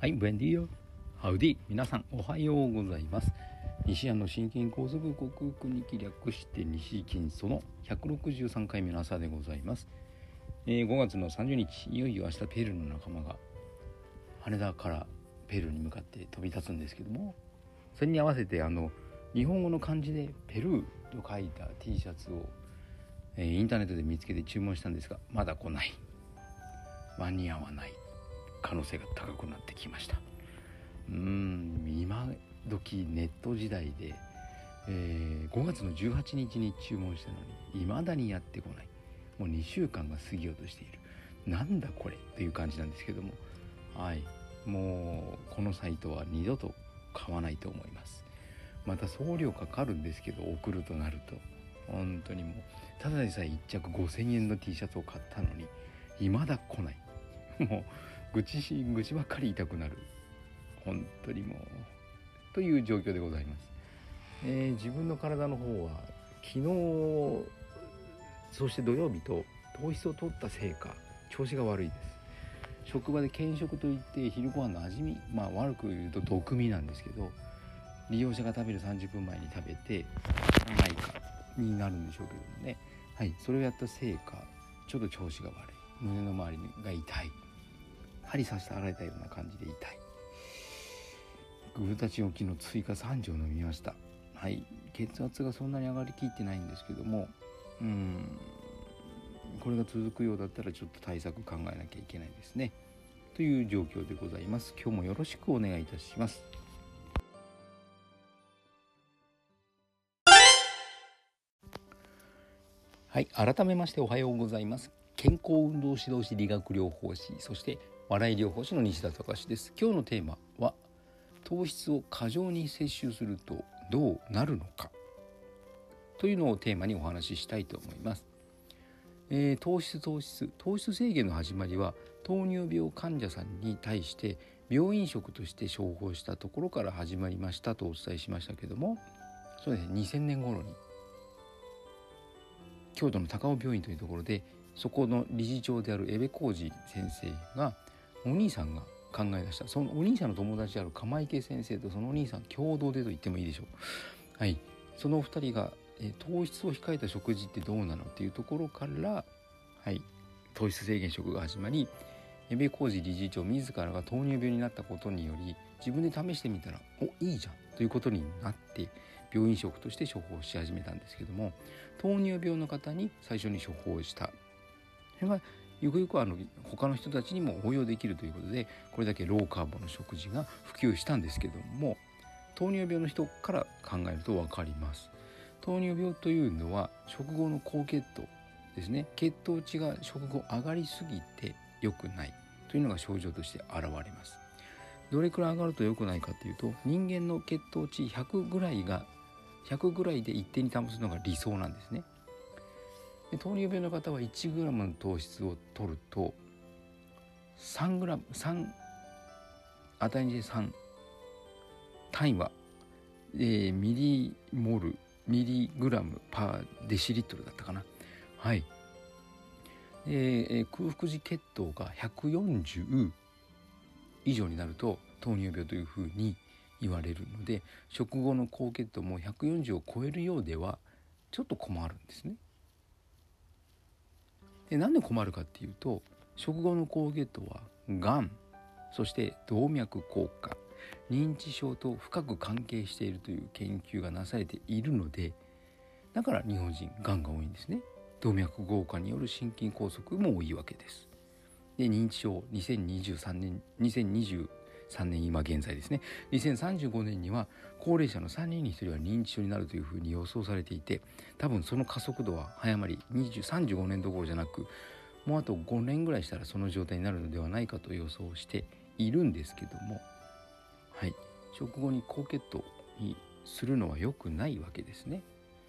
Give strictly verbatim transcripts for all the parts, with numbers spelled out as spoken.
はい、ブエンディオ、ハウディ、皆さんおはようございます。西安の心筋梗塞克服に気略して西筋そのひゃくろくじゅうさんかいめの朝でございます。えー、ごがつのさんじゅうにち、いよいよ明日ペルーの仲間が羽田からペルーに向かって飛び立つんですけども、それに合わせてあの日本語の漢字でペルーと書いた T シャツを、えー、インターネットで見つけて注文したんですが、まだ来ない、間に合わない可能性が高くなってきました。うーん今時ネット時代で、えー、ごがつのじゅうはちにちに注文したのに未だにやってこない。もうにしゅうかんが過ぎようとしている。なんだこれという感じなんですけども、はい、もうこのサイトは二度と買わないと思います。また送料かかるんですけど、送るとなると本当にもうただでさえいっちゃくごせんえんの T シャツを買ったのに未だ来ない。もう愚痴し愚痴ばっかり言いたくなる、本当にもうという状況でございます。えー、自分の体の方は昨日そして土曜日と糖質を取ったせいか調子が悪いです。職場で兼職といって昼ご飯の味見、まあ悪く言うと毒味なんですけど、利用者が食べるさんじゅっぷんまえに食べてないかになるんでしょうけどもね、はい、それをやったせいかちょっと調子が悪い、胸の周りが痛い、針刺して洗えたような感じで痛い。グルタチンを昨日追加さんじょう飲みました。はい、血圧がそんなに上がりきってないんですけども、うーんこれが続くようだったらちょっと対策考えなきゃいけないですねという状況でございます。今日もよろしくお願いいたします。はい、改めましておはようございます。健康運動指導士、理学療法士、そして笑い療法士の西田隆です。今日のテーマは糖質を過剰に摂取するとどうなるのかというのをテーマにお話ししたいと思います。えー、糖質糖質糖質制限の始まりは糖尿病患者さんに対して病院食として処方したところから始まりましたとお伝えしましたけども、そうですね、にせんねん頃に京都の高尾病院というところで、そこの理事長である江部浩二先生がお兄さんが考え出した、そのお兄さんの友達である鎌池先生とそのお兄さん共同でと言ってもいいでしょう。はい、そのお二人が、えー、糖質を控えた食事ってどうなのっていうところから、はい、糖質制限食が始まり、江部浩二理事長自らが糖尿病になったことにより自分で試してみたらおいいじゃんということになって病院食として処方し始めたんですけども、糖尿病の方に最初に処方した、それがゆくゆくはあの他の人たちにも応用できるということで、これだけローカーボの食事が普及したんですけども、糖尿病の人から考えると分かります。糖尿病というのは食後の高血糖ですね。血糖値が食後上がりすぎて良くないというのが症状として現れます。どれくらい上がると良くないかというと、人間の血糖値ひゃくぐらいがひゃくぐらいで一定に保つのが理想なんですね。で糖尿病の方はいちグラムの糖質を取るとさんグラム、さん値にしてさん、単位は、えー、ミリモルミリグラムパーデシリットルだったかな。はい、えー、空腹時血糖がひゃくよんじゅう以上になると糖尿病というふうに言われるので、食後の高血糖もひゃくよんじゅうを超えるようではちょっと困るんですね。でなんで困るかっていうと、食後の高血糖はがん、そして動脈硬化、認知症と深く関係しているという研究がなされているので、だから日本人がんが多いんですね。動脈硬化による心筋梗塞も多いわけです。で認知症にせんにじゅうさんねんにせんにじゅうさんねん今現在ですね、にせんさんじゅうごねんには高齢者のさんにんにひとりは認知症になるというふうに予想されていて、多分その加速度は早まりにじゅう、さんじゅうごねんどころじゃなく、もうあとごねんぐらいしたらその状態になるのではないかと予想しているんですけども、はい、食後に高血糖にするのは良くないわけですね。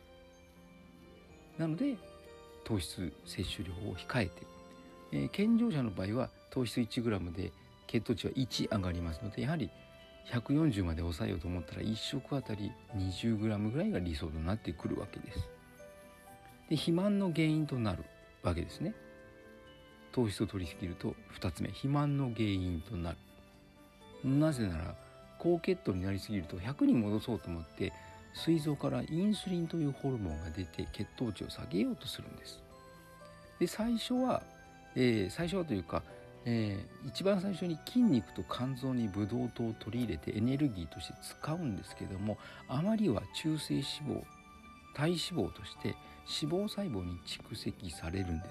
なので糖質摂取量を控えて、えー、健常者の場合は糖質 いちグラム で血糖値はいち上がりますので、やはりひゃくよんじゅうまで抑えようと思ったらいっ食あたり にじゅうグラム ぐらいが理想となってくるわけです。で肥満の原因となるわけですね。糖質を取りすぎるとふたつめ、肥満の原因となる。 なぜなら高血糖になりすぎるとひゃくに戻そうと思って膵臓からインスリンというホルモンが出て血糖値を下げようとするんです。で最初は、えー、最初はというか、えー、一番最初に筋肉と肝臓にブドウ糖を取り入れてエネルギーとして使うんですけども、あまりは中性脂肪体脂肪として脂肪細胞に蓄積されるんです。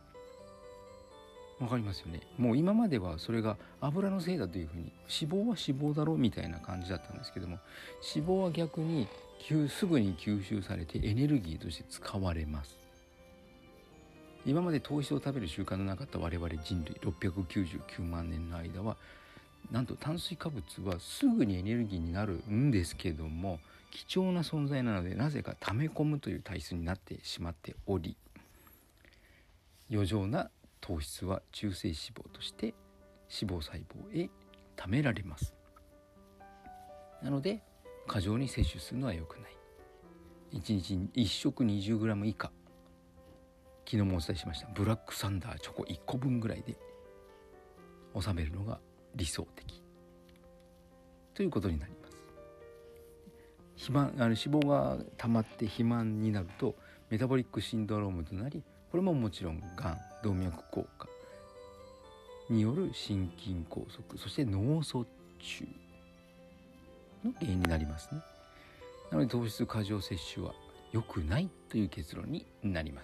わかりますよね。もう今まではそれが油のせいだというふうに、脂肪は脂肪だろうみたいな感じだったんですけども、脂肪は逆にすぐに吸収されてエネルギーとして使われます。今まで糖質を食べる習慣のなかった我々人類ろっぴゃくきゅうじゅうきゅうまんねんの間は、なんと炭水化物はすぐにエネルギーになるんですけども、貴重な存在なのでなぜか溜め込むという体質になってしまっており、余剰な糖質は中性脂肪として脂肪細胞へ貯められます。なので過剰に摂取するのは良くない。いちにちいっ食 にじゅうグラム 以下、昨日もお伝えしましたブラックサンダーチョコいっこぶんぐらいで収めるのが理想的ということになります。肥満、あの脂肪が溜まって肥満になるとメタボリックシンドロームとなり、これももちろんがん、動脈硬化による心筋梗塞、そして脳卒中の原因になりますね。なので糖質過剰摂取は良くないという結論になります。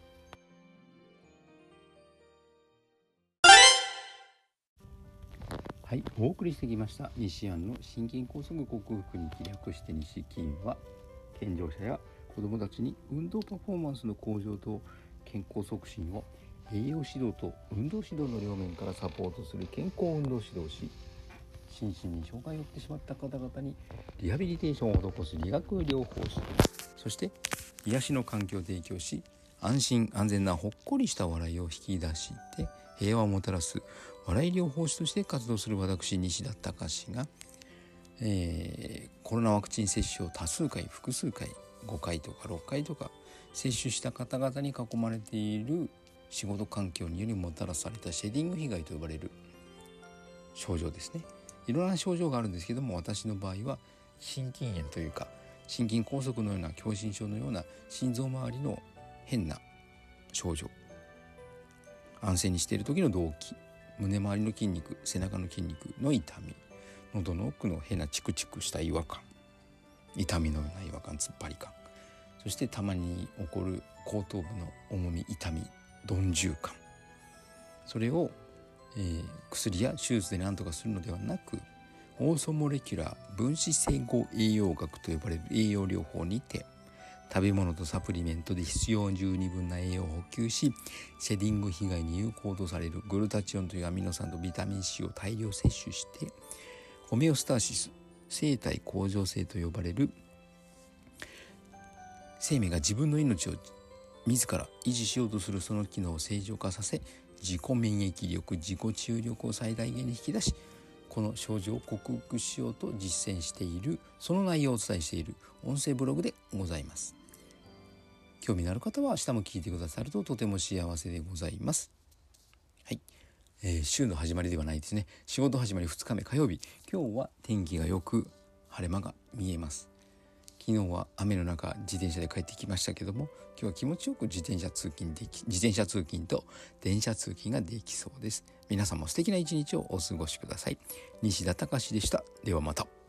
はい、お送りしてきました西安の心筋梗塞克服に気略して西筋は、健常者や子どもたちに運動パフォーマンスの向上と健康促進を栄養指導と運動指導の両面からサポートする健康運動指導士、心身に障害を負ってしまった方々にリハビリテーションを施す理学療法士、そして癒しの環境を提供し、安心安全なほっこりした笑いを引き出して平和をもたらす笑い療法士として活動する私西田隆が、えー、コロナワクチン接種を多数回複数回ごかいとかろっかいとか接種した方々に囲まれている仕事環境によりもたらされたシェディング被害と呼ばれる症状ですね。いろんな症状があるんですけども、私の場合は心筋炎というか心筋梗塞のような狭心症のような心臓周りの変な症状、安静にしている時の動悸、胸周りの筋肉、背中の筋肉の痛み、喉の奥の変なチクチクした違和感、痛みのような違和感、突っ張り感、そしてたまに起こる後頭部の重み、痛み、鈍重感、それを、えー、薬や手術で何とかするのではなく、オーソモレキュラー分子整合栄養学と呼ばれる栄養療法にて、食べ物とサプリメントで必要十二分な栄養を補給し、シェディング被害に有効とされるグルタチオンというアミノ酸とビタミン C を大量摂取して、ホメオスターシス、生体向上性と呼ばれる生命が自分の命を自ら維持しようとするその機能を正常化させ、自己免疫力、自己治癒力を最大限に引き出し、この症状を克服しようと実践している、その内容をお伝えしている音声ブログでございます。興味のある方は明日も聞いてくださるととても幸せでございます。はい、えー、週の始まりではないですね。仕事始まりふつかめ火曜日、今日は天気がよく晴れ間が見えます。昨日は雨の中自転車で帰ってきましたけども、今日は気持ちよく自転車通勤でき自転車通勤と電車通勤ができそうです。皆さんも素敵な一日をお過ごしください。西田隆でした。ではまた。